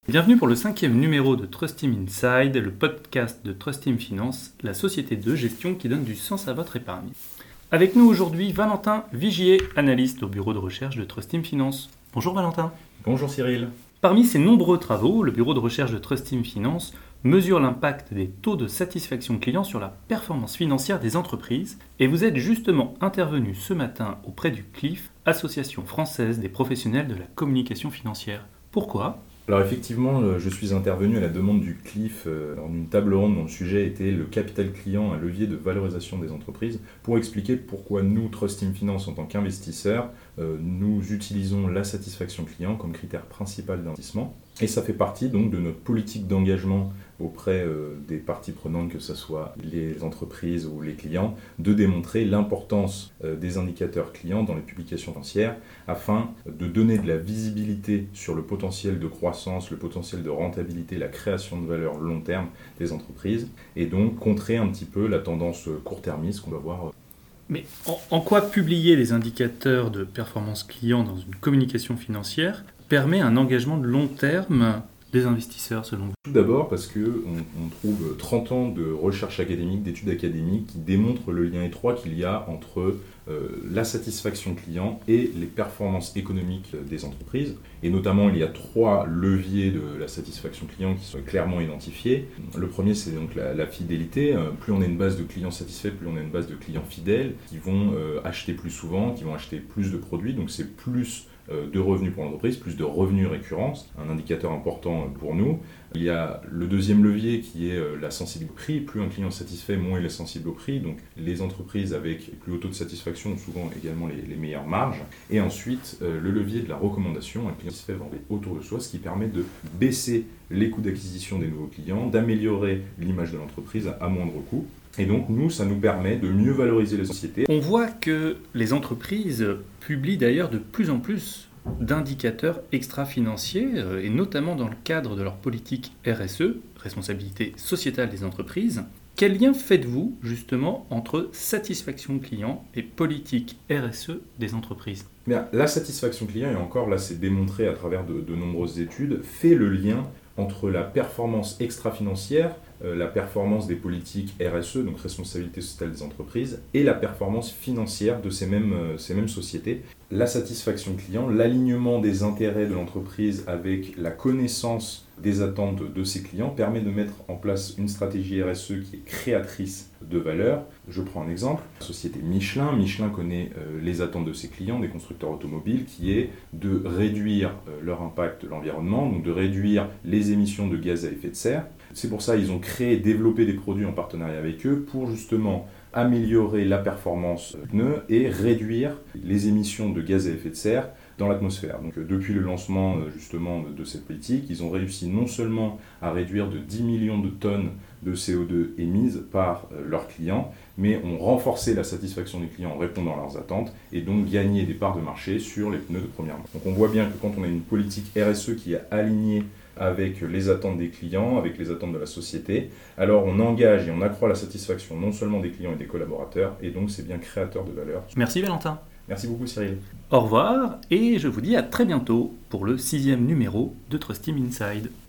Bienvenue pour le 5e numéro de Trust Team Inside, le podcast de Trust Team Finance, la société de gestion qui donne du sens à votre épargne. Avec nous aujourd'hui, Valentin Vigier, analyste au bureau de recherche de Trust Team Finance. Bonjour Valentin. Bonjour Cyril. Parmi ses nombreux travaux, le bureau de recherche de Trust Team Finance mesure l'impact des taux de satisfaction client sur la performance financière des entreprises et vous êtes justement intervenu ce matin auprès du CLIF, Association française des professionnels de la communication financière. Pourquoi ? Alors effectivement, je suis intervenu à la demande du CLIF lors d'une table ronde dont le sujet était le capital client, un levier de valorisation des entreprises, pour expliquer pourquoi nous, Trust Team Finance, en tant qu'investisseurs, nous utilisons la satisfaction client comme critère principal d'investissement. Et ça fait partie donc de notre politique d'engagement auprès des parties prenantes, que ce soit les entreprises ou les clients, de démontrer l'importance des indicateurs clients dans les publications financières afin de donner de la visibilité sur le potentiel de croissance, le potentiel de rentabilité, la création de valeur long terme des entreprises et donc contrer un petit peu la tendance court-termiste qu'on va voir. Mais en quoi publier les indicateurs de performance client dans une communication financière permet un engagement de long terme des investisseurs selon vous ? Tout d'abord parce qu'on trouve 30 ans de recherche académique, d'études académiques qui démontrent le lien étroit qu'il y a entre la satisfaction client et les performances économiques des entreprises. Et notamment, il y a 3 leviers de la satisfaction client qui sont clairement identifiés. Le premier, c'est donc la fidélité. Plus on a une base de clients satisfaits, plus on a une base de clients fidèles qui vont acheter plus souvent, qui vont acheter plus de produits. Donc c'est plus de revenus pour l'entreprise, plus de revenus récurrents, un indicateur important pour nous. Il y a le deuxième levier qui est la sensibilité au prix. Plus un client est satisfait, moins il est sensible au prix. Donc les entreprises avec plus haut taux de satisfaction ont souvent également les meilleures marges. Et ensuite, le levier de la recommandation. Un client satisfait va vendre autour de soi, ce qui permet de baisser les coûts d'acquisition des nouveaux clients, d'améliorer l'image de l'entreprise à moindre coût. Et donc, nous, ça nous permet de mieux valoriser les sociétés. On voit que les entreprises publient d'ailleurs de plus en plus d'indicateurs extra-financiers, et notamment dans le cadre de leur politique RSE, responsabilité sociétale des entreprises. Quel lien faites-vous justement entre satisfaction client et politique RSE des entreprises ? Bien, la satisfaction client, et encore là c'est démontré à travers de nombreuses études, fait le lien entre la performance extra-financière, la performance des politiques RSE, donc responsabilité sociétale des entreprises, et la performance financière de ces mêmes sociétés. La satisfaction client, l'alignement des intérêts de l'entreprise avec la connaissance des attentes de ses clients permet de mettre en place une stratégie RSE qui est créatrice de valeur. Je prends un exemple, la société Michelin. Michelin connaît les attentes de ses clients, des constructeurs automobiles, qui est de réduire leur impact de l'environnement, donc de réduire les émissions de gaz à effet de serre. C'est pour ça qu'ils ont créé et développé des produits en partenariat avec eux pour justement améliorer la performance des pneus et réduire les émissions de gaz à effet de serre dans l'atmosphère. Donc depuis le lancement justement de cette politique, ils ont réussi non seulement à réduire de 10 millions de tonnes de CO2 émises par leurs clients, mais ont renforcé la satisfaction des clients en répondant à leurs attentes et donc gagné des parts de marché sur les pneus de première main. Donc on voit bien que quand on a une politique RSE qui est alignée avec les attentes des clients, avec les attentes de la société, alors on engage et on accroît la satisfaction non seulement des clients et des collaborateurs, et donc c'est bien créateur de valeur. Merci Valentin. Merci beaucoup Cyril. Au revoir et je vous dis à très bientôt pour le 6e numéro de Trust Team Inside.